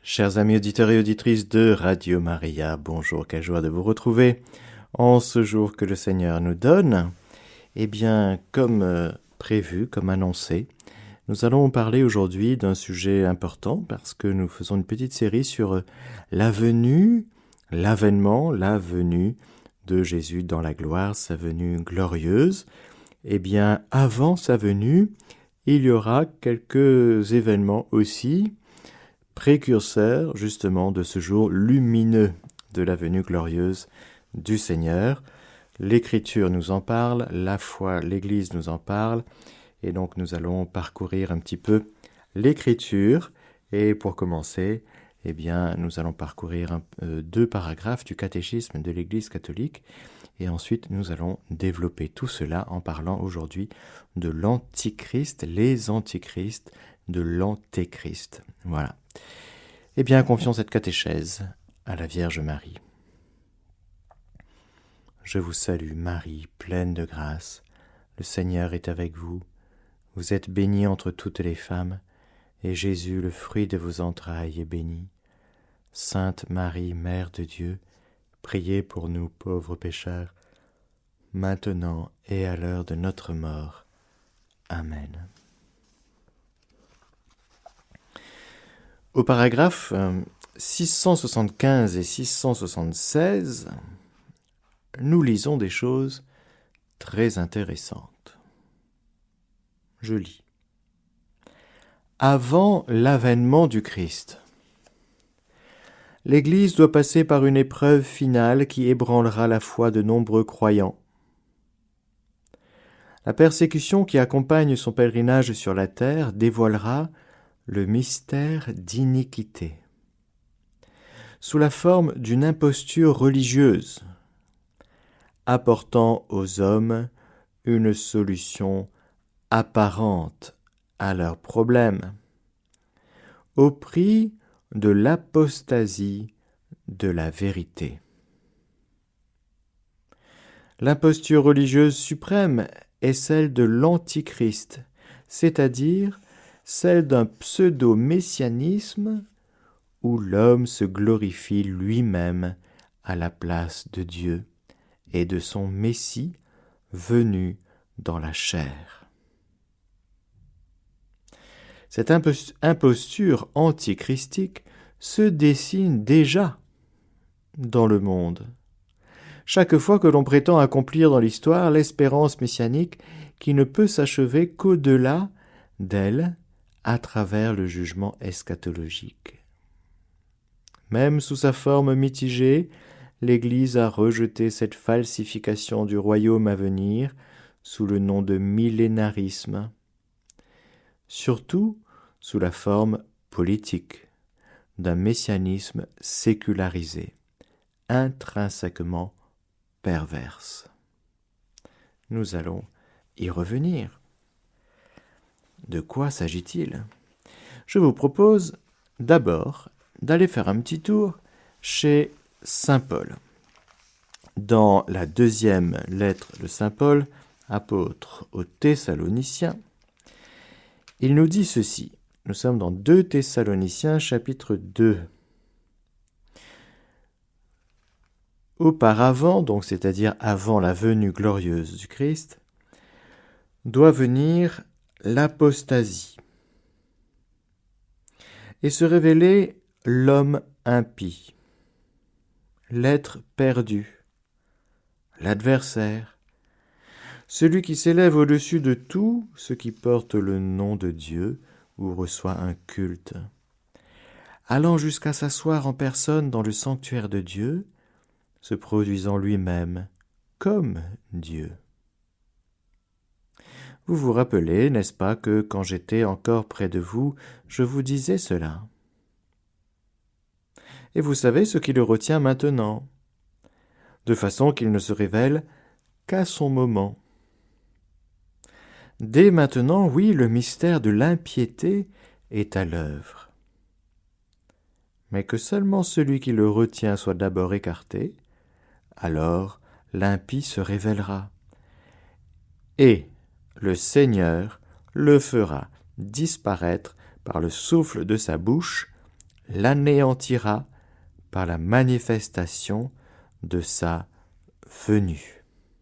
Chers amis auditeurs et auditrices de Radio Maria, bonjour, quelle joie de vous retrouver en ce jour que le Seigneur nous donne. Eh bien, comme prévu, comme annoncé, nous allons parler aujourd'hui d'un sujet important parce que nous faisons une petite série sur la venue de Jésus dans la gloire, sa venue glorieuse. Eh bien, avant sa venue, il y aura quelques événements aussi précurseurs justement de ce jour lumineux de la venue glorieuse du Seigneur. L'Écriture nous en parle, la foi, l'Église nous en parle, et donc nous allons parcourir un petit peu l'Écriture. Et pour commencer, eh bien, nous allons parcourir deux paragraphes du catéchisme de l'Église catholique, et ensuite nous allons développer tout cela en parlant aujourd'hui de l'Antichrist, les Antichrists, de l'Antéchrist. Voilà. Eh bien, confions cette catéchèse à la Vierge Marie. Je vous salue Marie, pleine de grâce. Le Seigneur est avec vous. Vous êtes bénie entre toutes les femmes, et Jésus, le fruit de vos entrailles, est béni. Sainte Marie, Mère de Dieu, priez pour nous pauvres pécheurs, maintenant et à l'heure de notre mort. Amen. Au paragraphe 675 et 676, nous lisons des choses très intéressantes. Je lis. Avant l'avènement du Christ, l'Église doit passer par une épreuve finale qui ébranlera la foi de nombreux croyants. La persécution qui accompagne son pèlerinage sur la terre dévoilera le mystère d'iniquité, sous la forme d'une imposture religieuse, apportant aux hommes une solution apparente à leurs problèmes, au prix de l'apostasie de la vérité. L'imposture religieuse suprême est celle de l'Antichrist, c'est-à-dire celle d'un pseudo-messianisme où l'homme se glorifie lui-même à la place de Dieu et de son Messie venu dans la chair. Cette imposture antichristique se dessine déjà dans le monde. Chaque fois que l'on prétend accomplir dans l'histoire l'espérance messianique qui ne peut s'achever qu'au-delà d'elle, à travers le jugement eschatologique. Même sous sa forme mitigée, l'Église a rejeté cette falsification du royaume à venir sous le nom de millénarisme, surtout sous la forme politique d'un messianisme sécularisé, intrinsèquement perverse. Nous allons y revenir. De quoi s'agit-il ? Je vous propose d'abord d'aller faire un petit tour chez saint Paul. Dans la deuxième lettre de saint Paul, apôtre aux Thessaloniciens, il nous dit ceci. Nous sommes dans 2 Thessaloniciens, chapitre 2. Auparavant, donc c'est-à-dire avant la venue glorieuse du Christ, doit venir l'apostasie et se révéler l'homme impie, l'être perdu, l'adversaire, celui qui s'élève au-dessus de tout ce qui porte le nom de Dieu ou reçoit un culte, allant jusqu'à s'asseoir en personne dans le sanctuaire de Dieu, se produisant lui-même comme Dieu. Vous vous rappelez, n'est-ce pas, que quand j'étais encore près de vous, je vous disais cela. Et vous savez ce qui le retient maintenant, de façon qu'il ne se révèle qu'à son moment. Dès maintenant, oui, le mystère de l'impiété est à l'œuvre. Mais que seulement celui qui le retient soit d'abord écarté, alors l'impie se révélera. Et le Seigneur le fera disparaître par le souffle de sa bouche, l'anéantira par la manifestation de sa venue.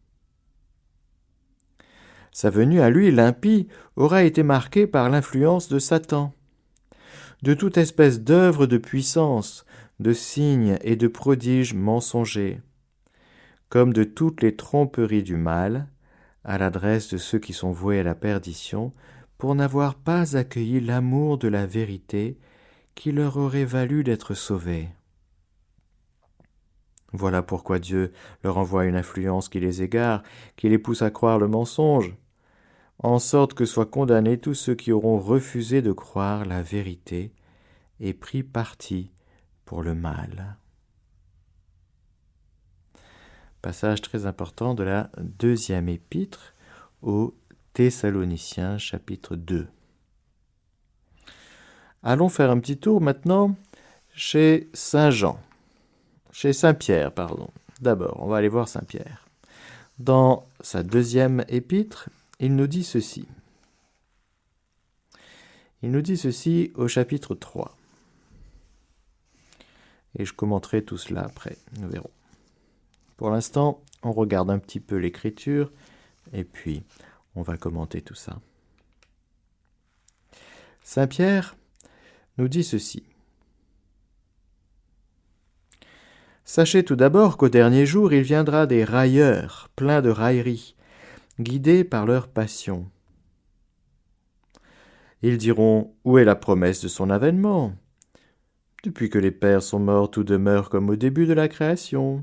Sa venue à lui, l'impie, aura été marquée par l'influence de Satan, de toute espèce d'œuvre de puissance, de signes et de prodiges mensongers, comme de toutes les tromperies du mal, à l'adresse de ceux qui sont voués à la perdition, pour n'avoir pas accueilli l'amour de la vérité qui leur aurait valu d'être sauvés. Voilà pourquoi Dieu leur envoie une influence qui les égare, qui les pousse à croire le mensonge, en sorte que soient condamnés tous ceux qui auront refusé de croire la vérité et pris parti pour le mal. Passage très important de la deuxième épître aux Thessaloniciens, chapitre 2. Allons faire un petit tour maintenant chez Saint Pierre. D'abord, on va aller voir Saint Pierre. Dans sa deuxième épître, il nous dit ceci. Il nous dit ceci au chapitre 3. Et je commenterai tout cela après, nous verrons. Pour l'instant, on regarde un petit peu l'écriture, et puis on va commenter tout ça. Saint Pierre nous dit ceci. Sachez tout d'abord qu'au dernier jour, il viendra des railleurs, pleins de railleries, guidés par leur passion. Ils diront, où est la promesse de son avènement ? Depuis que les pères sont morts, tout demeure comme au début de la création.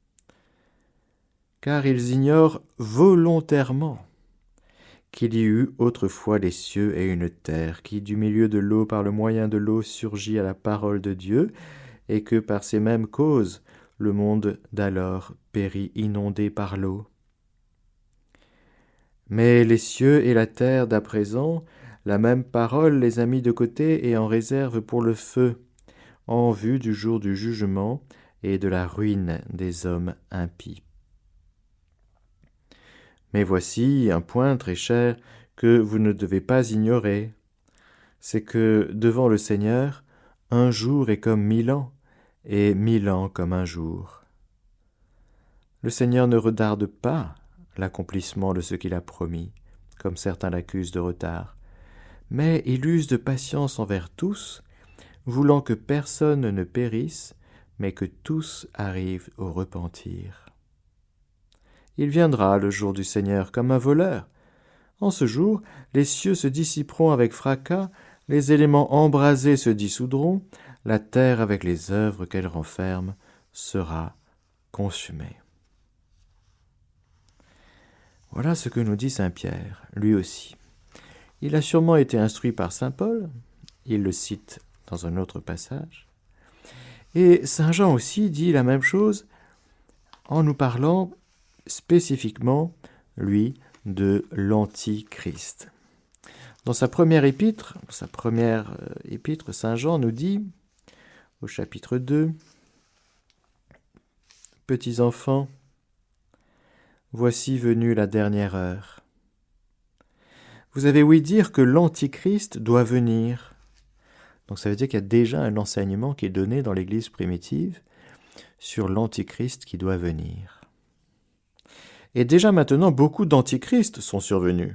Car ils ignorent volontairement qu'il y eut autrefois les cieux et une terre, qui du milieu de l'eau par le moyen de l'eau surgit à la parole de Dieu, et que par ces mêmes causes le monde d'alors périt inondé par l'eau. Mais les cieux et la terre d'à présent, la même parole les a mis de côté et en réserve pour le feu, en vue du jour du jugement et de la ruine des hommes impies. Mais voici un point très cher que vous ne devez pas ignorer, c'est que devant le Seigneur, un jour est comme 1000 ans, et 1000 ans comme un jour. Le Seigneur ne retarde pas l'accomplissement de ce qu'il a promis, comme certains l'accusent de retard, mais il use de patience envers tous, voulant que personne ne périsse, mais que tous arrivent au repentir. Il viendra le jour du Seigneur comme un voleur. En ce jour, les cieux se dissiperont avec fracas, les éléments embrasés se dissoudront, la terre avec les œuvres qu'elle renferme sera consumée. Voilà ce que nous dit saint Pierre, lui aussi. Il a sûrement été instruit par saint Paul, il le cite dans un autre passage, et saint Jean aussi dit la même chose en nous parlant spécifiquement, lui, de l'Antichrist. Dans sa première épître, saint Jean nous dit, au chapitre 2, « Petits enfants, voici venue la dernière heure. Vous avez ouï dire que l'Antichrist doit venir. » Donc ça veut dire qu'il y a déjà un enseignement qui est donné dans l'Église primitive sur l'Antichrist qui doit venir. Et déjà maintenant, beaucoup d'antichrists sont survenus.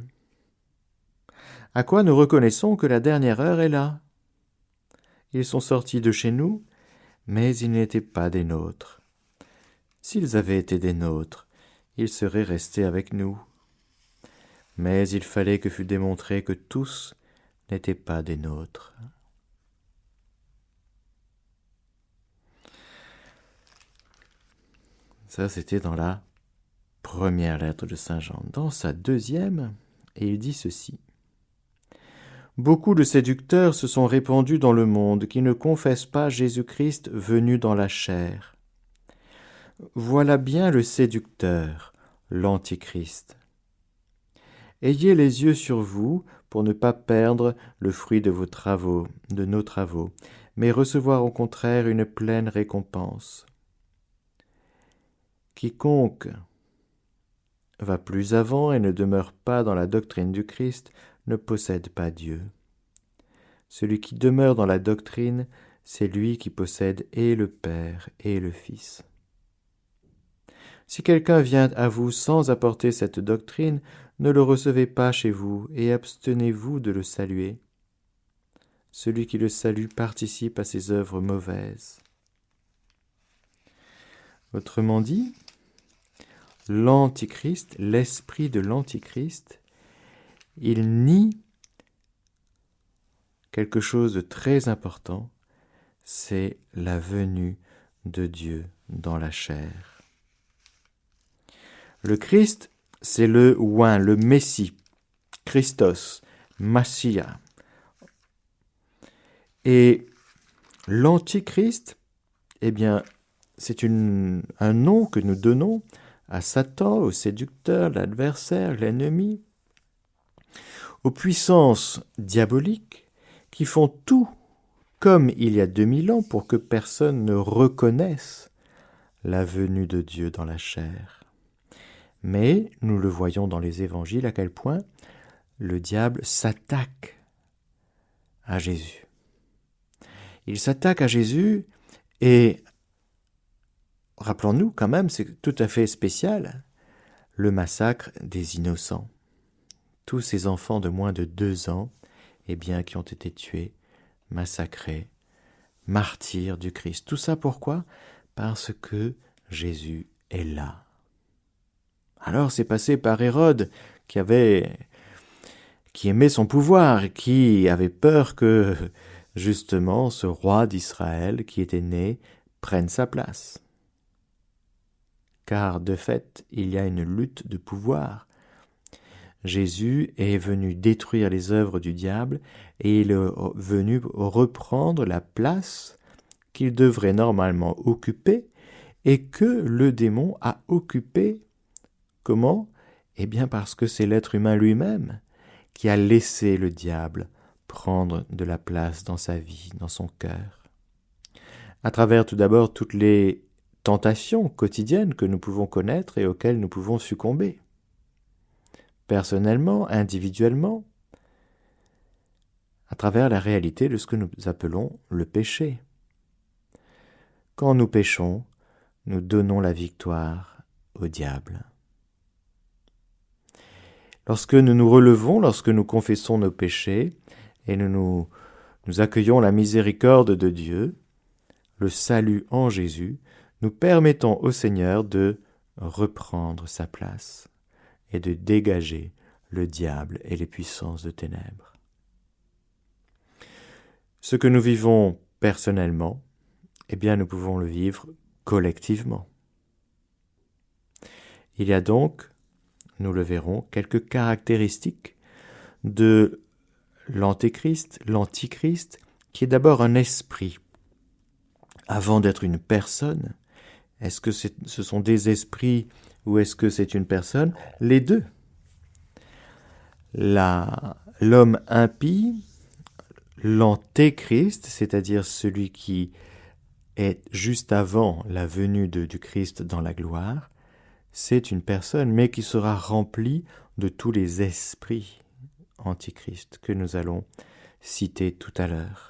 À quoi nous reconnaissons que la dernière heure est là. Ils sont sortis de chez nous, mais ils n'étaient pas des nôtres. S'ils avaient été des nôtres, ils seraient restés avec nous. Mais il fallait que fût démontré que tous n'étaient pas des nôtres. Ça, c'était dans la première lettre de saint Jean. Dans sa deuxième, il dit ceci. « Beaucoup de séducteurs se sont répandus dans le monde qui ne confessent pas Jésus-Christ venu dans la chair. Voilà bien le séducteur, l'Antichrist. Ayez les yeux sur vous pour ne pas perdre le fruit de vos travaux, de nos travaux, mais recevoir au contraire une pleine récompense. Quiconque va plus avant et ne demeure pas dans la doctrine du Christ ne possède pas Dieu. Celui qui demeure dans la doctrine c'est lui qui possède et le Père et le Fils. Si quelqu'un vient à vous sans apporter cette doctrine, ne le recevez pas chez vous et abstenez-vous de le saluer. Celui qui le salue participe à ses œuvres mauvaises. Autrement dit, l'Antichrist, l'esprit de l'Antichrist, il nie quelque chose de très important, c'est la venue de Dieu dans la chair. Le Christ, c'est le oint, le Messie, Christos, Massia. Et l'Antichrist, eh bien, c'est un nom que nous donnons à Satan, au séducteur, l'adversaire, l'ennemi, aux puissances diaboliques qui font tout comme il y a 2000 ans pour que personne ne reconnaisse la venue de Dieu dans la chair. Mais nous le voyons dans les évangiles à quel point le diable s'attaque à Jésus. Il s'attaque à Jésus et, rappelons-nous quand même, c'est tout à fait spécial, le massacre des innocents. Tous ces enfants de moins de 2 ans, eh bien, qui ont été tués, massacrés, martyrs du Christ. Tout ça pourquoi ? Parce que Jésus est là. Alors c'est passé par Hérode, qui aimait son pouvoir, et qui avait peur que, justement, ce roi d'Israël qui était né prenne sa place. Car, de fait, il y a une lutte de pouvoir. Jésus est venu détruire les œuvres du diable et il est venu reprendre la place qu'il devrait normalement occuper et que le démon a occupé. Comment ? Eh bien parce que c'est l'être humain lui-même qui a laissé le diable prendre de la place dans sa vie, dans son cœur. À travers tout d'abord toutes les tentations quotidiennes que nous pouvons connaître et auxquelles nous pouvons succomber. Personnellement, individuellement, à travers la réalité de ce que nous appelons le péché. Quand nous péchons, nous donnons la victoire au diable. Lorsque nous nous relevons, lorsque nous confessons nos péchés et nous accueillons la miséricorde de Dieu, le salut en Jésus, nous permettons au Seigneur de reprendre sa place et de dégager le diable et les puissances de ténèbres. Ce que nous vivons personnellement, eh bien nous pouvons le vivre collectivement. Il y a donc, nous le verrons, quelques caractéristiques de l'Antéchrist, l'Antichrist, qui est d'abord un esprit. Avant d'être une personne, est-ce que ce sont des esprits ou est-ce que c'est une personne ? Les deux. L'homme impie, l'Antéchrist, c'est-à-dire celui qui est juste avant la venue du Christ dans la gloire, c'est une personne, mais qui sera remplie de tous les esprits antichrist que nous allons citer tout à l'heure.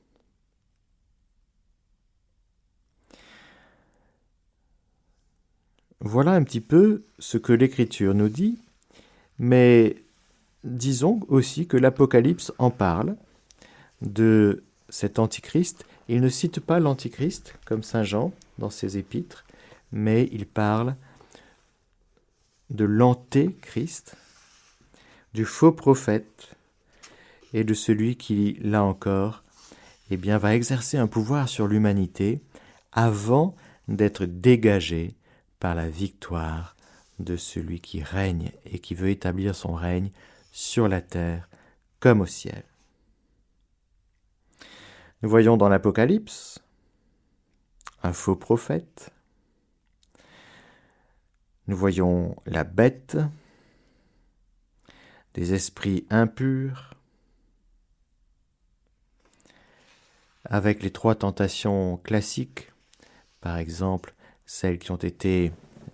Voilà un petit peu ce que l'Écriture nous dit, mais disons aussi que l'Apocalypse en parle de cet Antichrist. Il ne cite pas l'Antichrist comme Saint Jean dans ses épîtres, mais il parle de l'Antéchrist, du faux prophète et de celui qui, là encore, eh bien, va exercer un pouvoir sur l'humanité avant d'être dégagé par la victoire de celui qui règne et qui veut établir son règne sur la terre comme au ciel. Nous voyons dans l'Apocalypse un faux prophète. Nous voyons la bête, des esprits impurs, avec les 3 tentations classiques, par exemple celles qui ont été,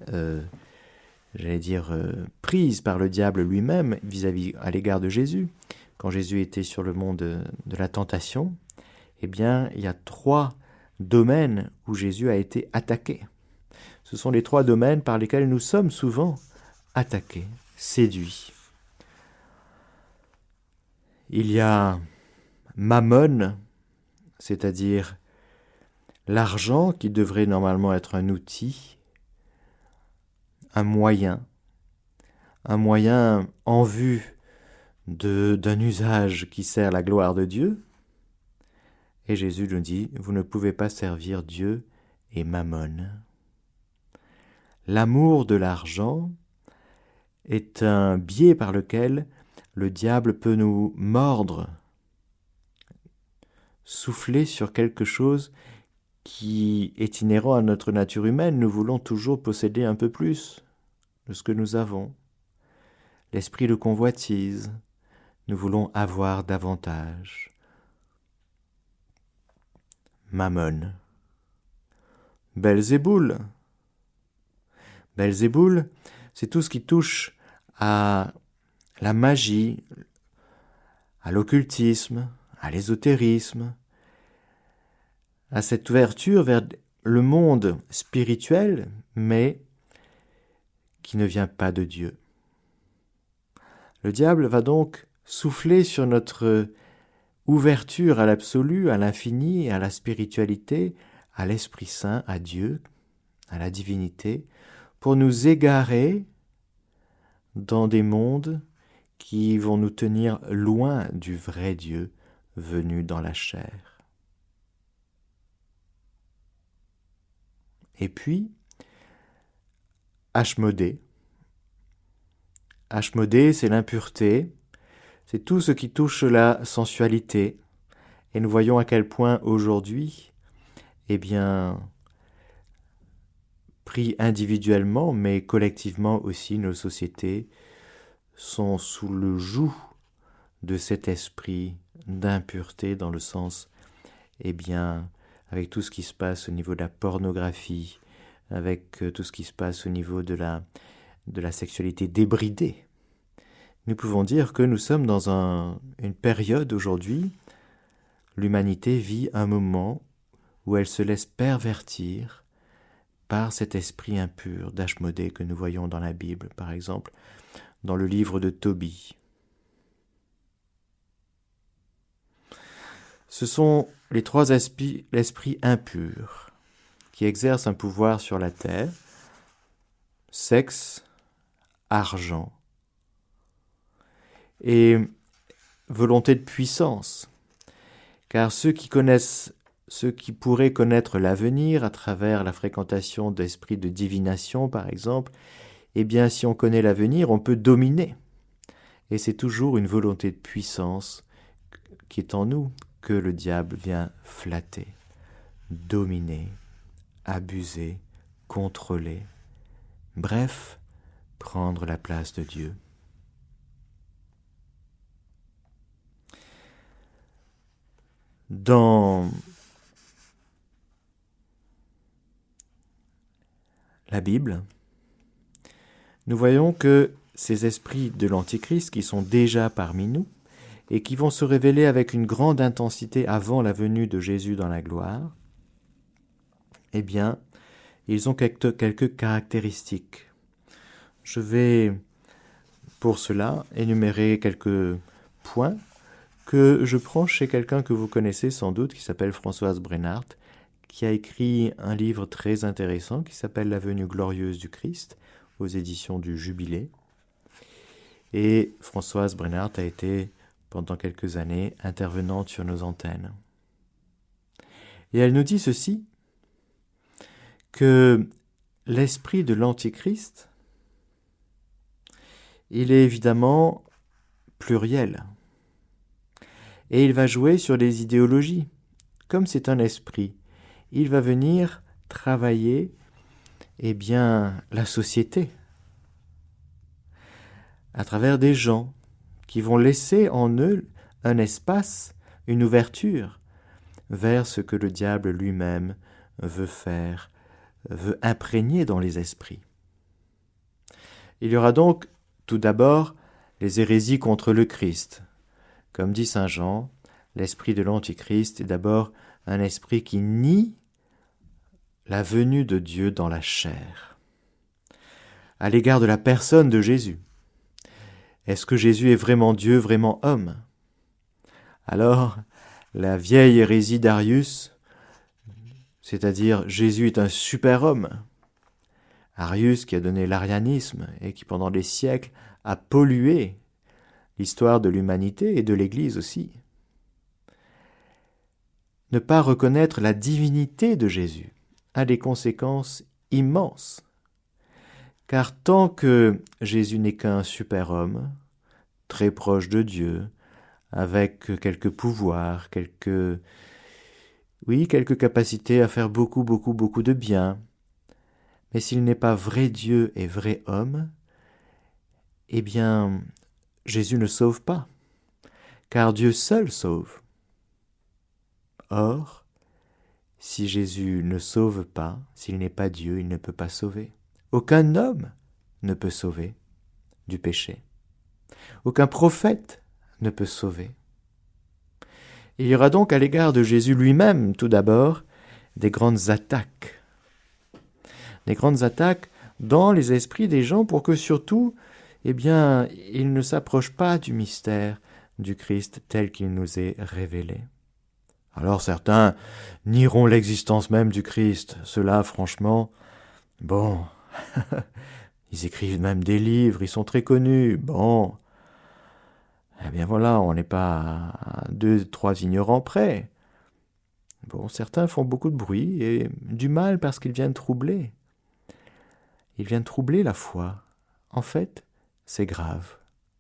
prises par le diable lui-même à l'égard de Jésus, quand Jésus était sur le mont de la tentation. eh bien, il y a 3 domaines où Jésus a été attaqué. Ce sont les 3 domaines par lesquels nous sommes souvent attaqués, séduits. Il y a Mammon, c'est-à-dire l'argent qui devrait normalement être un outil, un moyen en vue d'un usage qui sert la gloire de Dieu. Et Jésus nous dit, vous ne pouvez pas servir Dieu et Mammon. L'amour de l'argent est un biais par lequel le diable peut nous mordre, souffler sur quelque chose qui est inhérent à notre nature humaine. Nous voulons toujours posséder un peu plus de ce que nous avons. L'esprit de convoitise, nous voulons avoir davantage. Mammon. Belzéboul. Belzéboul, c'est tout ce qui touche à la magie, à l'occultisme, à l'ésotérisme, à cette ouverture vers le monde spirituel, mais qui ne vient pas de Dieu. Le diable va donc souffler sur notre ouverture à l'absolu, à l'infini, à la spiritualité, à l'Esprit Saint, à Dieu, à la divinité, pour nous égarer dans des mondes qui vont nous tenir loin du vrai Dieu venu dans la chair. Et puis, Ashmodée. Ashmodée, c'est l'impureté, c'est tout ce qui touche la sensualité. Et nous voyons à quel point aujourd'hui, eh bien, pris individuellement, mais collectivement aussi, nos sociétés sont sous le joug de cet esprit d'impureté dans le sens, eh bien, avec tout ce qui se passe au niveau de la pornographie, avec tout ce qui se passe au niveau de la sexualité débridée. Nous pouvons dire que nous sommes dans une période aujourd'hui, l'humanité vit un moment où elle se laisse pervertir par cet esprit impur d'Ashmodée que nous voyons dans la Bible, par exemple, dans le livre de Tobie. Ce sont les 3 esprits impurs qui exercent un pouvoir sur la terre: sexe, argent et volonté de puissance. Car ceux qui pourraient connaître l'avenir à travers la fréquentation d'esprits de divination, par exemple, eh bien, si on connaît l'avenir, on peut dominer. Et c'est toujours une volonté de puissance qui est en nous que le diable vient flatter, dominer, abuser, contrôler. Bref, prendre la place de Dieu. Dans la Bible, nous voyons que ces esprits de l'Antichrist qui sont déjà parmi nous et qui vont se révéler avec une grande intensité avant la venue de Jésus dans la gloire, eh bien, ils ont quelques caractéristiques. Je vais, pour cela, énumérer quelques points que je prends chez quelqu'un que vous connaissez sans doute, qui s'appelle Françoise Brennart, qui a écrit un livre très intéressant qui s'appelle La venue glorieuse du Christ, aux éditions du Jubilé. Et Françoise Brennart a été, pendant quelques années, intervenante sur nos antennes. Et elle nous dit ceci, que l'esprit de l'Antichrist, il est évidemment pluriel. Et il va jouer sur les idéologies. Comme c'est un esprit, il va venir travailler, eh bien, la société à travers des gens qui vont laisser en eux un espace, une ouverture vers ce que le diable lui-même veut faire, veut imprégner dans les esprits. Il y aura donc tout d'abord les hérésies contre le Christ. Comme dit saint Jean, L'esprit de l'Antichrist est d'abord un esprit qui nie la venue de Dieu dans la chair. À l'égard de la personne de Jésus, est-ce que Jésus est vraiment Dieu, vraiment homme? Alors, la vieille hérésie d'Arius, c'est-à-dire Jésus est un super-homme, Arius qui a donné l'arianisme et qui pendant des siècles a pollué l'histoire de l'humanité et de l'Église aussi. Ne pas reconnaître la divinité de Jésus a des conséquences immenses. Car tant que Jésus n'est qu'un super-homme, très proche de Dieu, avec quelques pouvoirs, quelques capacités à faire beaucoup de bien, mais s'il n'est pas vrai Dieu et vrai homme, eh bien, Jésus ne sauve pas, car Dieu seul sauve. Or, si Jésus ne sauve pas, s'il n'est pas Dieu, il ne peut pas sauver. Aucun homme ne peut sauver du péché. Aucun prophète ne peut sauver. Il y aura donc à l'égard de Jésus lui-même, tout d'abord, des grandes attaques. Des grandes attaques dans les esprits des gens pour que surtout, ils ne s'approchent pas du mystère du Christ tel qu'il nous est révélé. Alors certains nieront l'existence même du Christ. Ceux-là, franchement, bon, ils écrivent même des livres, ils sont très connus, bon. Eh bien voilà, on n'est pas à 2-3 ignorants près. Bon, certains font beaucoup de bruit et du mal parce qu'ils viennent troubler. Ils viennent troubler la foi. En fait, c'est grave.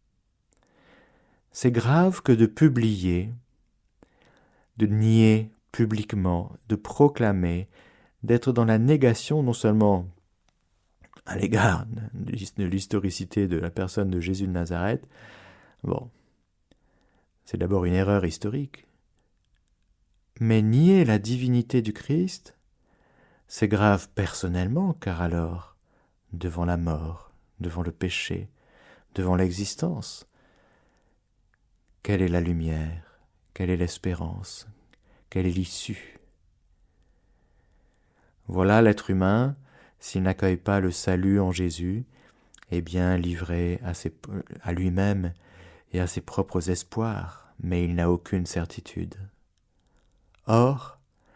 C'est grave que de publier, de nier publiquement, de proclamer, d'être dans la négation non seulement à l'égard de l'historicité de la personne de Jésus de Nazareth. Bon, c'est d'abord une erreur historique. Mais nier la divinité du Christ, c'est grave personnellement, car alors, devant la mort, devant le péché, devant l'existence, quelle est la lumière? Quelle est l'espérance? Quelle est l'issue? Voilà l'être humain, s'il n'accueille pas le salut en Jésus, livré à lui-même et à ses propres espoirs, mais il n'a aucune certitude. Or,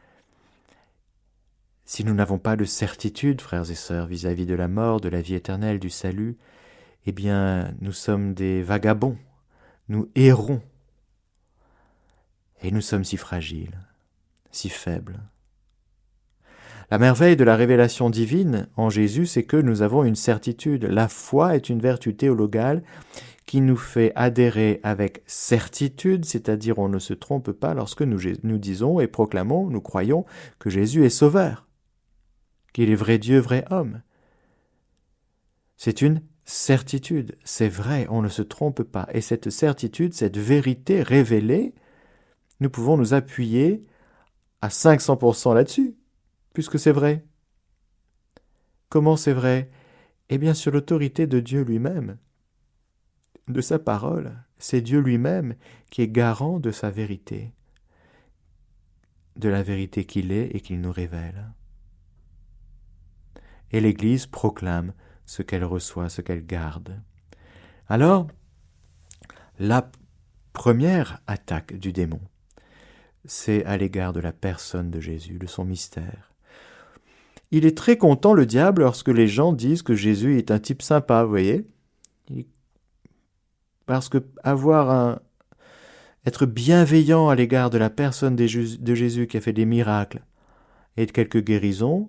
si nous n'avons pas de certitude, frères et sœurs, vis-à-vis de la mort, de la vie éternelle, du salut, nous sommes des vagabonds, nous errons, et nous sommes si fragiles, si faibles. La merveille de la révélation divine en Jésus, c'est que nous avons une certitude. La foi est une vertu théologale qui nous fait adhérer avec certitude, c'est-à-dire on ne se trompe pas lorsque nous disons et proclamons, nous croyons que Jésus est sauveur, qu'il est vrai Dieu, vrai homme. C'est une certitude, c'est vrai, on ne se trompe pas. Et cette certitude, cette vérité révélée, nous pouvons nous appuyer à 500% là-dessus, puisque c'est vrai. Comment c'est vrai? Sur l'autorité de Dieu lui-même, de sa parole. C'est Dieu lui-même qui est garant de sa vérité, de la vérité qu'il est et qu'il nous révèle. Et l'Église proclame ce qu'elle reçoit, ce qu'elle garde. Alors, la première attaque du démon, c'est à l'égard de la personne de Jésus, de son mystère. Il est très content, le diable, lorsque les gens disent que Jésus est un type sympa, vous voyez? Parce que être bienveillant à l'égard de la personne de Jésus qui a fait des miracles et de quelques guérisons,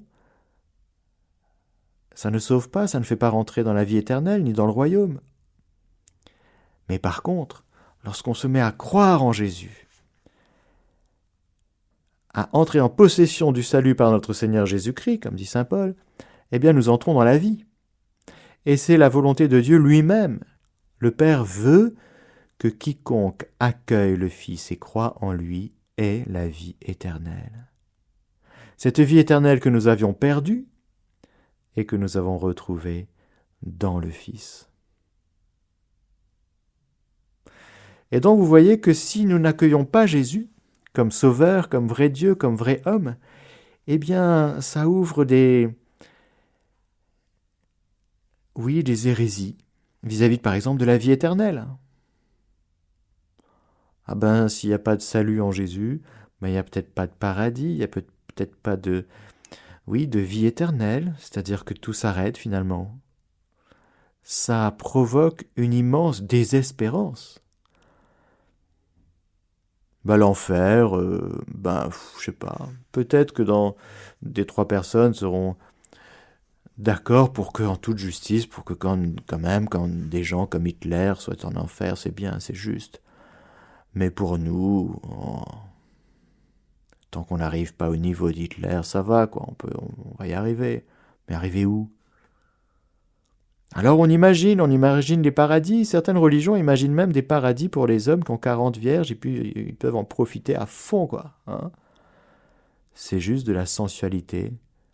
ça ne sauve pas, ça ne fait pas rentrer dans la vie éternelle ni dans le royaume. Mais par contre, lorsqu'on se met à croire en Jésus, à entrer en possession du salut par notre Seigneur Jésus-Christ, comme dit saint Paul, nous entrons dans la vie. Et c'est la volonté de Dieu lui-même. Le Père veut que quiconque accueille le Fils et croit en lui ait la vie éternelle. Cette vie éternelle que nous avions perdue et que nous avons retrouvée dans le Fils. Et donc vous voyez que si nous n'accueillons pas Jésus comme sauveur, comme vrai Dieu, comme vrai homme, eh bien ça ouvre des hérésies vis-à-vis par exemple de la vie éternelle. Ah ben s'il n'y a pas de salut en Jésus, ben, il n'y a peut-être pas de paradis, il n'y a peut-être pas de vie éternelle, c'est-à-dire que tout s'arrête finalement. Ça provoque une immense désespérance. L'enfer, je sais pas. Peut-être que des 3 personnes seront d'accord pour que, en toute justice, pour que quand des gens comme Hitler soient en enfer, c'est bien, c'est juste. Mais pour nous, tant qu'on n'arrive pas au niveau d'Hitler, ça va, quoi. On va y arriver. Mais arriver où? Alors on imagine les paradis. Certaines religions imaginent même des paradis pour les hommes qui ont 40 vierges et puis ils peuvent en profiter à fond, quoi. Hein, c'est juste de la sensualité.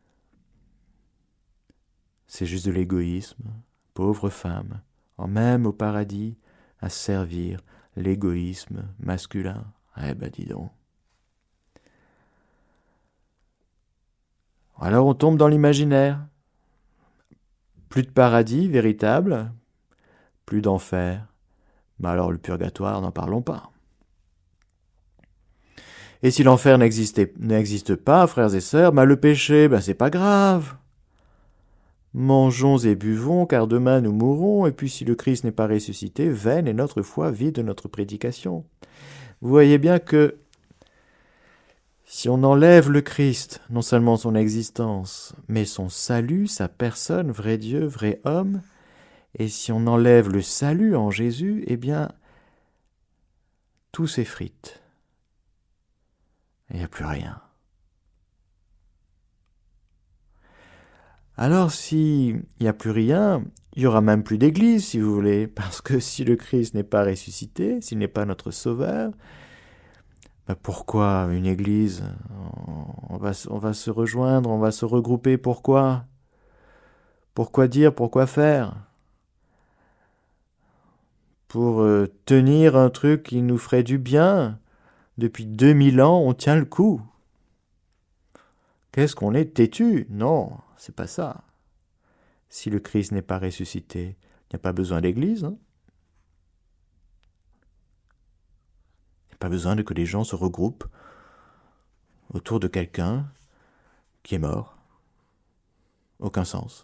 C'est juste de l'égoïsme. Pauvre femme, même au paradis, à servir l'égoïsme masculin. Eh ben dis donc. Alors on tombe dans l'imaginaire. Plus de paradis véritable, plus d'enfer. Alors le purgatoire, n'en parlons pas. Et si l'enfer n'existe pas, frères et sœurs, le péché, c'est pas grave. Mangeons et buvons, car demain nous mourrons, et puis si le Christ n'est pas ressuscité, vaine est notre foi, vide notre prédication. Vous voyez bien que si on enlève le Christ, non seulement son existence, mais son salut, sa personne, vrai Dieu, vrai homme, et si on enlève le salut en Jésus, eh bien, tout s'effrite. Il n'y a plus rien. Alors, s'il n'y a plus rien, il n'y aura même plus d'église, si vous voulez, parce que si le Christ n'est pas ressuscité, s'il n'est pas notre sauveur, pourquoi une église? On va se rejoindre, on va se regrouper, pourquoi? Pourquoi dire, pourquoi faire? Pour tenir un truc qui nous ferait du bien. Depuis 2000 ans, on tient le coup. Qu'est-ce qu'on est têtu? Non, c'est pas ça. Si le Christ n'est pas ressuscité, il n'y a pas besoin d'église. Hein, il n'y a pas besoin que les gens se regroupent autour de quelqu'un qui est mort. Aucun sens.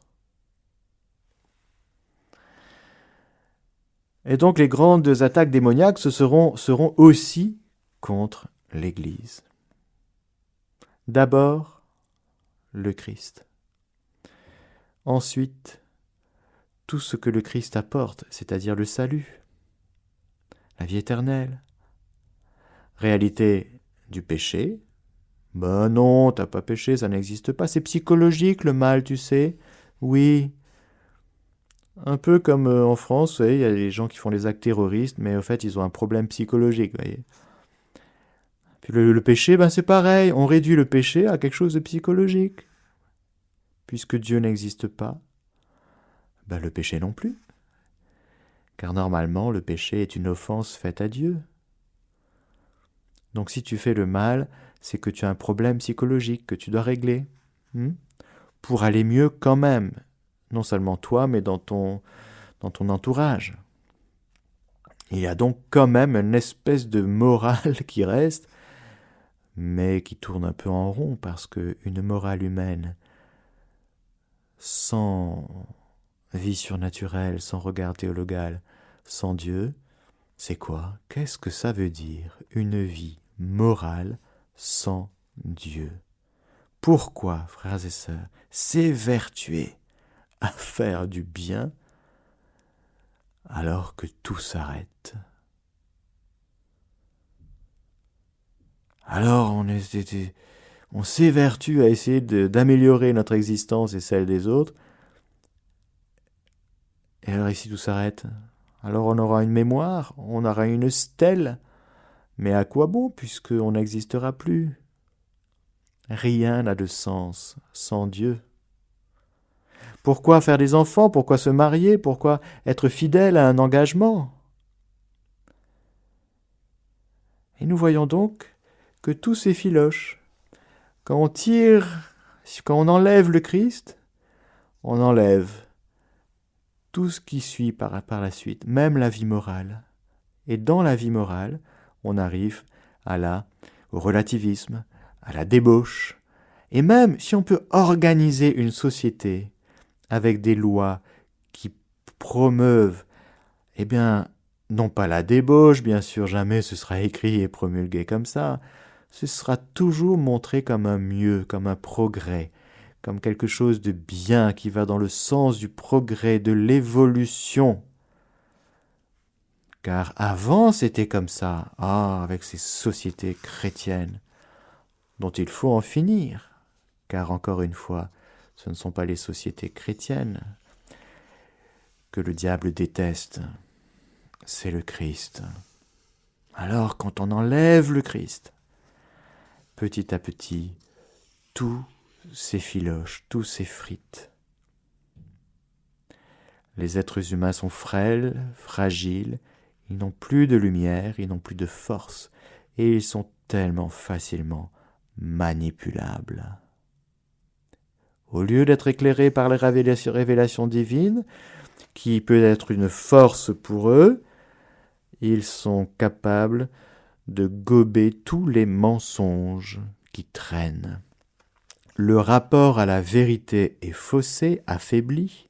Et donc les grandes attaques démoniaques seront aussi contre l'Église. D'abord, le Christ. Ensuite, tout ce que le Christ apporte, c'est-à-dire le salut, la vie éternelle. Réalité du péché. Non, t'as pas péché, ça n'existe pas. C'est psychologique le mal, tu sais. Oui. Un peu comme en France, vous savez, il y a des gens qui font les actes terroristes, mais en fait, ils ont un problème psychologique, vous voyez. Puis le péché, c'est pareil. On réduit le péché à quelque chose de psychologique. Puisque Dieu n'existe pas, le péché non plus. Car normalement, le péché est une offense faite à Dieu. Donc si tu fais le mal, c'est que tu as un problème psychologique que tu dois régler. Pour aller mieux quand même. Non seulement toi, mais dans ton entourage. Il y a donc quand même une espèce de morale qui reste, mais qui tourne un peu en rond, parce qu'une morale humaine sans vie surnaturelle, sans regard théologal, sans Dieu, c'est quoi? Qu'est-ce que ça veut dire, une vie morale sans Dieu? Pourquoi, frères et sœurs, s'évertuer à faire du bien alors que tout s'arrête? Alors on s'évertue à essayer d'améliorer notre existence et celle des autres, et alors ici tout s'arrête. Alors on aura une mémoire, on aura une stèle, mais à quoi bon puisqu'on n'existera plus? Rien n'a de sens sans Dieu. Pourquoi faire des enfants? Pourquoi se marier? Pourquoi être fidèle à un engagement? Et nous voyons donc que tout s'effiloche. Quand on tire, quand on enlève le Christ, on enlève tout ce qui suit par la suite, même la vie morale. Et dans la vie morale, on arrive au relativisme, à la débauche. Et même si on peut organiser une société avec des lois qui promeuvent, non pas la débauche, bien sûr, jamais ce sera écrit et promulgué comme ça, ce sera toujours montré comme un mieux, comme un progrès, comme quelque chose de bien qui va dans le sens du progrès, de l'évolution. Car avant c'était comme ça, avec ces sociétés chrétiennes, dont il faut en finir. Car encore une fois, ce ne sont pas les sociétés chrétiennes que le diable déteste, c'est le Christ. Alors quand on enlève le Christ, petit à petit, tout s'effiloche, tout s'effrite. Les êtres humains sont frêles, fragiles, ils n'ont plus de lumière, ils n'ont plus de force, et ils sont tellement facilement manipulables. Au lieu d'être éclairés par les révélations divines, qui peut être une force pour eux, ils sont capables de gober tous les mensonges qui traînent. Le rapport à la vérité est faussé, affaibli.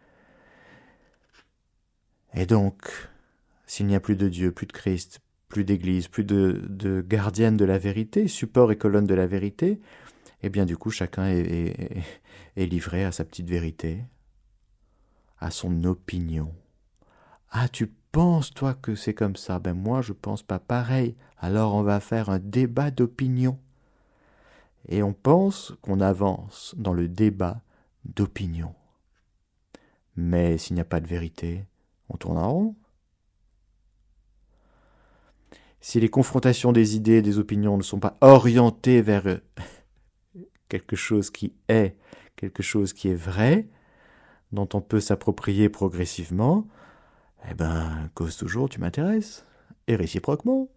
Et donc, s'il n'y a plus de Dieu, plus de Christ, plus d'Église, plus de gardienne de la vérité, support et colonne de la vérité, du coup, chacun est livré à sa petite vérité, à son opinion. Ah, tu penses, toi, que c'est comme ça? Moi, je pense pas pareil. Alors, on va faire un débat d'opinion. Et on pense qu'on avance dans le débat d'opinion. Mais s'il n'y a pas de vérité, on tourne en rond. Si les confrontations des idées et des opinions ne sont pas orientées vers quelque chose qui est vrai, dont on peut s'approprier progressivement, cause toujours, tu m'intéresses, et réciproquement.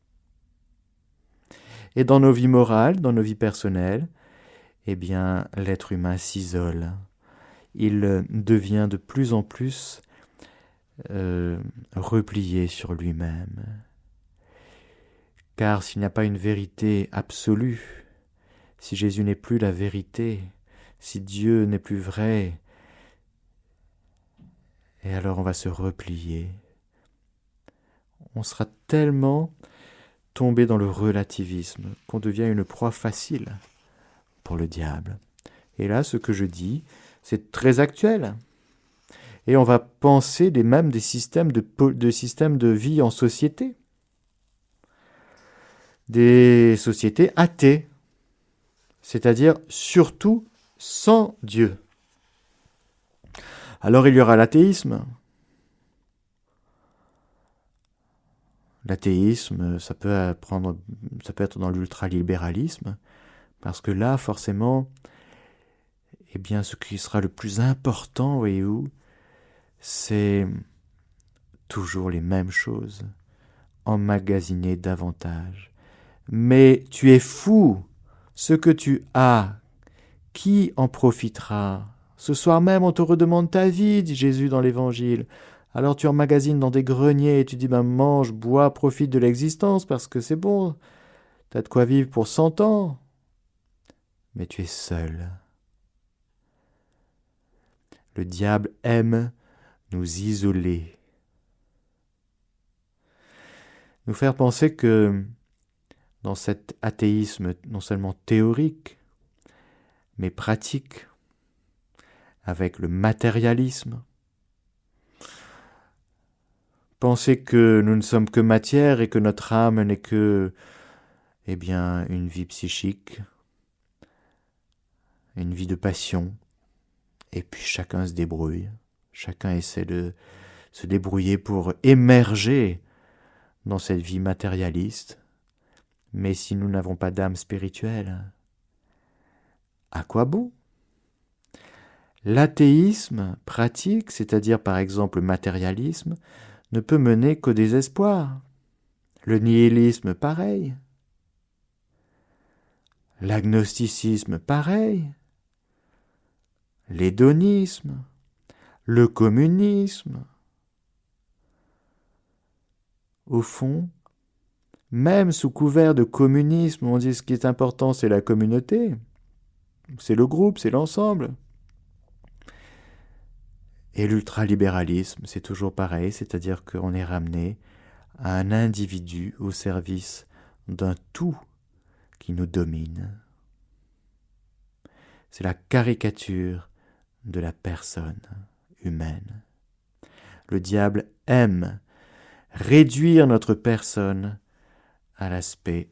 Et dans nos vies morales, dans nos vies personnelles, l'être humain s'isole. Il devient de plus en plus replié sur lui-même. Car s'il n'y a pas une vérité absolue, si Jésus n'est plus la vérité, si Dieu n'est plus vrai, et alors on va se replier. On sera tellement tombé dans le relativisme qu'on devient une proie facile pour le diable. Et là, ce que je dis, c'est très actuel. Et on va penser même des systèmes de vie en société. Des sociétés athées, c'est-à-dire surtout sans Dieu. Alors il y aura l'athéisme. L'athéisme, ça peut être dans l'ultralibéralisme, parce que là, forcément, ce qui sera le plus important, voyez-vous, c'est toujours les mêmes choses, emmagasiner davantage. Mais tu es fou, ce que tu as, qui en profitera? Ce soir même, on te redemande ta vie, dit Jésus dans l'Évangile. Alors tu emmagasines dans des greniers et tu dis, mange, bois, profite de l'existence parce que c'est bon, t'as de quoi vivre pour 100 ans. Mais tu es seul. Le diable aime nous isoler. Nous faire penser que dans cet athéisme non seulement théorique, mais pratique, avec le matérialisme, penser que nous ne sommes que matière et que notre âme n'est que, une vie psychique, une vie de passion, et puis chacun se débrouille, chacun essaie de se débrouiller pour émerger dans cette vie matérialiste. Mais si nous n'avons pas d'âme spirituelle, à quoi bon? L'athéisme pratique, c'est-à-dire par exemple le matérialisme, ne peut mener qu'au désespoir. Le nihilisme, pareil. L'agnosticisme, pareil. L'hédonisme, le communisme. Au fond, même sous couvert de communisme, on dit ce qui est important, c'est la communauté, c'est le groupe, c'est l'ensemble. Et l'ultralibéralisme, c'est toujours pareil, c'est-à-dire qu'on est ramené à un individu au service d'un tout qui nous domine. C'est la caricature de la personne humaine. Le diable aime réduire notre personne à l'aspect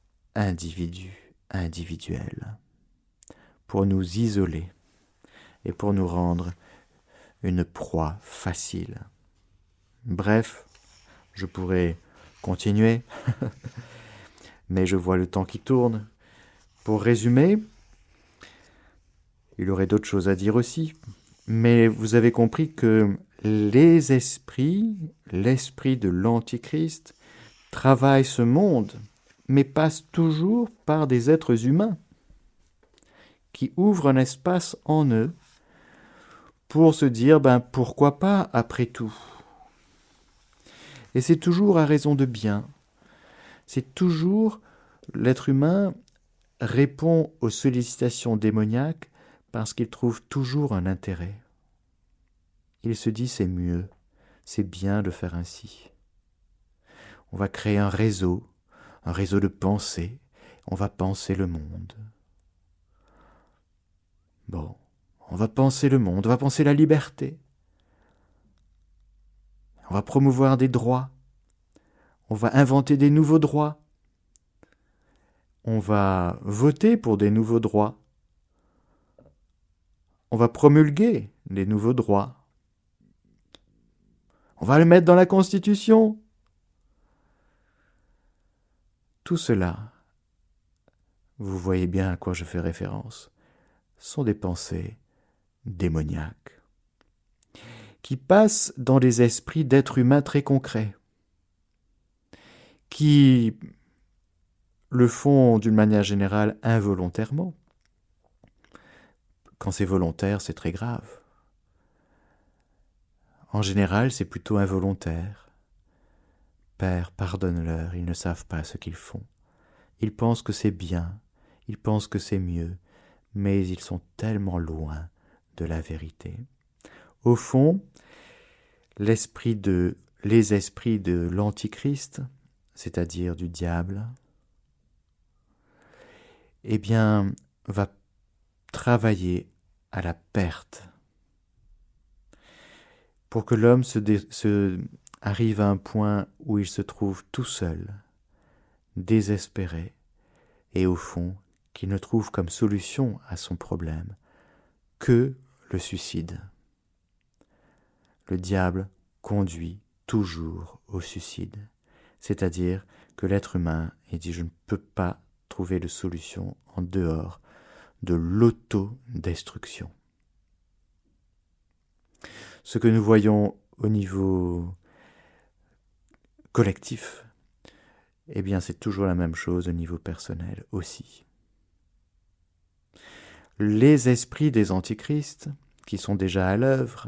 individuel, pour nous isoler et pour nous rendre une proie facile. Bref, je pourrais continuer, mais je vois le temps qui tourne. Pour résumer, il y aurait d'autres choses à dire aussi, mais vous avez compris que les esprits, l'esprit de l'Antichrist, travaille ce monde, mais passe toujours par des êtres humains qui ouvrent un espace en eux pour se dire, pourquoi pas après tout. Et c'est toujours à raison de bien. C'est toujours, l'être humain répond aux sollicitations démoniaques parce qu'il trouve toujours un intérêt. Il se dit, c'est mieux, c'est bien de faire ainsi. On va créer un réseau de pensée, on va penser le monde. Bon, on va penser le monde, on va penser la liberté. On va promouvoir des droits. On va inventer des nouveaux droits. On va voter pour des nouveaux droits. On va promulguer des nouveaux droits. On va le mettre dans la Constitution. Tout cela, vous voyez bien à quoi je fais référence, sont des pensées démoniaques qui passent dans les esprits d'êtres humains très concrets, qui le font d'une manière générale involontairement. Quand c'est volontaire, c'est très grave. En général, c'est plutôt involontaire. Père, pardonne-leur, ils ne savent pas ce qu'ils font. Ils pensent que c'est bien, ils pensent que c'est mieux, mais ils sont tellement loin de la vérité. Au fond, les esprits de l'Antichrist, c'est-à-dire du diable, va travailler à la perte pour que l'homme arrive à un point où il se trouve tout seul, désespéré, et au fond, qu'il ne trouve comme solution à son problème que le suicide. Le diable conduit toujours au suicide, c'est-à-dire que l'être humain dit « je ne peux pas trouver de solution en dehors de l'autodestruction ». Ce que nous voyons au niveau collectif, c'est toujours la même chose au niveau personnel aussi. Les esprits des antichrists, qui sont déjà à l'œuvre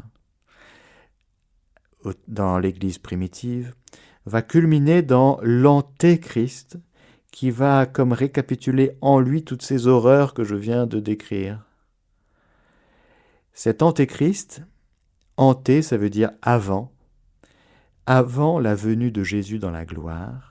dans l'Église primitive, va culminer dans l'antéchrist, qui va comme récapituler en lui toutes ces horreurs que je viens de décrire. Cet antéchrist, anté, ça veut dire avant la venue de Jésus dans la gloire.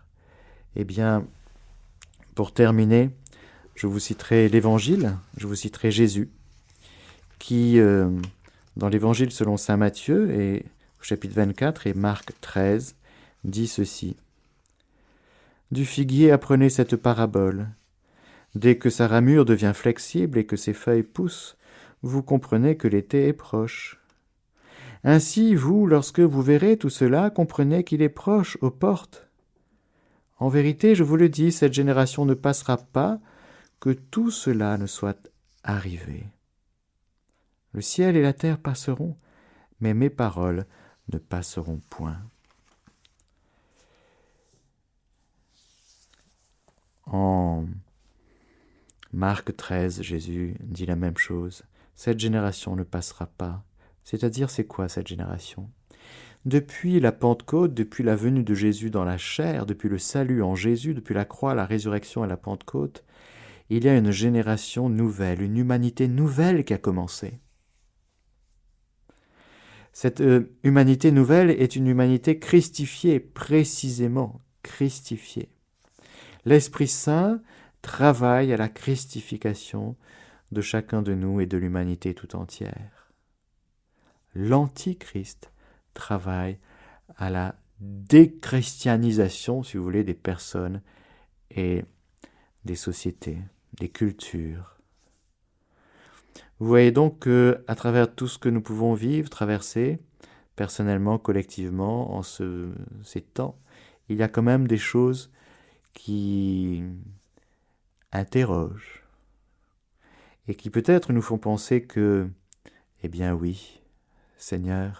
Pour terminer, je vous citerai l'Évangile, je vous citerai Jésus, qui, dans l'Évangile selon saint Matthieu, et au chapitre 24 et Marc 13, dit ceci. « Du figuier apprenez cette parabole. Dès que sa ramure devient flexible et que ses feuilles poussent, vous comprenez que l'été est proche. Ainsi, vous, lorsque vous verrez tout cela, comprenez qu'il est proche aux portes. En vérité, je vous le dis, cette génération ne passera pas que tout cela ne soit arrivé. Le ciel et la terre passeront, mais mes paroles ne passeront point. » En Marc 13, Jésus dit la même chose. Cette génération ne passera pas. C'est-à-dire, c'est quoi cette génération ? Depuis la Pentecôte, depuis la venue de Jésus dans la chair, depuis le salut en Jésus, depuis la croix, la résurrection et la Pentecôte, il y a une génération nouvelle, une humanité nouvelle qui a commencé. Cette humanité nouvelle est une humanité christifiée, précisément christifiée. L'Esprit Saint travaille à la christification de chacun de nous et de l'humanité tout entière. L'Antichrist travaille à la déchristianisation, si vous voulez, des personnes et des sociétés, des cultures. Vous voyez donc qu'à travers tout ce que nous pouvons vivre, traverser, personnellement, collectivement, en ces temps, il y a quand même des choses qui interrogent et qui peut-être nous font penser que, eh bien oui, Seigneur,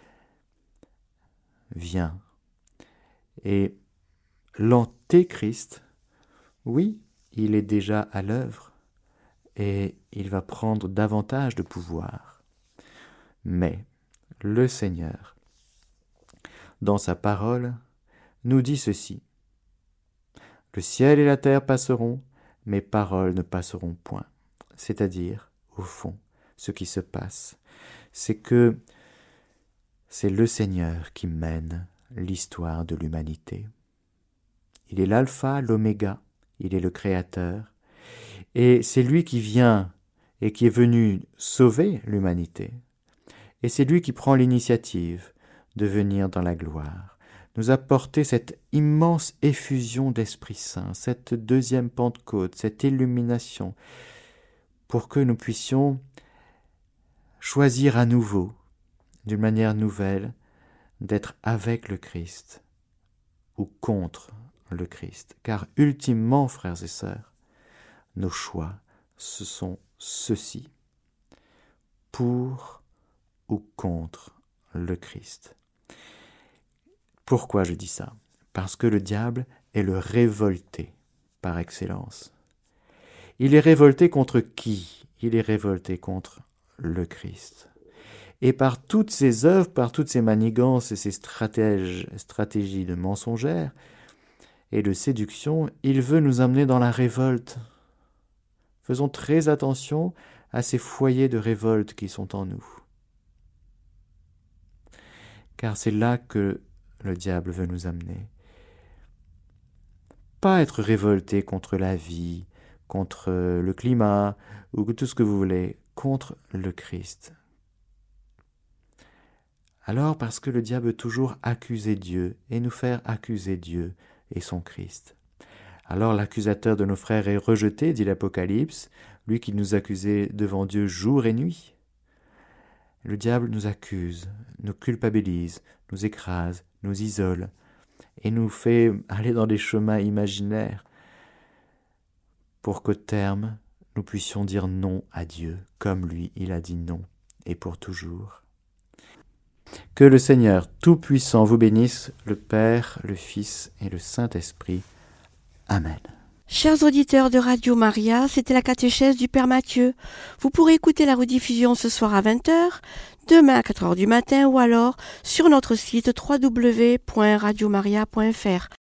viens. Et l'Antéchrist, oui, il est déjà à l'œuvre et il va prendre davantage de pouvoir. Mais le Seigneur, dans sa parole, nous dit ceci. Le ciel et la terre passeront, mes paroles ne passeront point. C'est-à-dire, au fond, ce qui se passe, c'est que c'est le Seigneur qui mène l'histoire de l'humanité. Il est l'alpha, l'oméga, il est le créateur, et c'est lui qui vient et qui est venu sauver l'humanité. Et c'est lui qui prend l'initiative de venir dans la gloire, nous apporter cette immense effusion d'Esprit Saint, cette deuxième Pentecôte, cette illumination, pour que nous puissions choisir à nouveau, d'une manière nouvelle, d'être avec le Christ ou contre le Christ. Car ultimement, frères et sœurs, nos choix, ce sont ceux-ci, pour ou contre le Christ. Pourquoi je dis ça ? Parce que le diable est le révolté par excellence. Il est révolté contre qui ? Il est révolté contre le Christ. Et par toutes ses œuvres, par toutes ses manigances et ses stratégies de mensongères et de séduction, il veut nous amener dans la révolte. Faisons très attention à ces foyers de révolte qui sont en nous. Car c'est là que le diable veut nous amener. Pas être révolté contre la vie, contre le climat, ou tout ce que vous voulez, contre le Christ. Alors, parce que le diable veut toujours accuser Dieu et nous faire accuser Dieu et son Christ. Alors l'accusateur de nos frères est rejeté, dit l'Apocalypse, lui qui nous accusait devant Dieu jour et nuit. Le diable nous accuse, nous culpabilise, nous écrase, nous isole et nous fait aller dans des chemins imaginaires pour qu'au terme, nous puissions dire non à Dieu, comme lui, il a dit non, et pour toujours. Que le Seigneur Tout-Puissant vous bénisse, le Père, le Fils et le Saint-Esprit. Amen. Chers auditeurs de Radio Maria, c'était la catéchèse du Père Mathieu. Vous pourrez écouter la rediffusion ce soir à 20h, demain à 4h du matin ou alors sur notre site www.radiomaria.fr.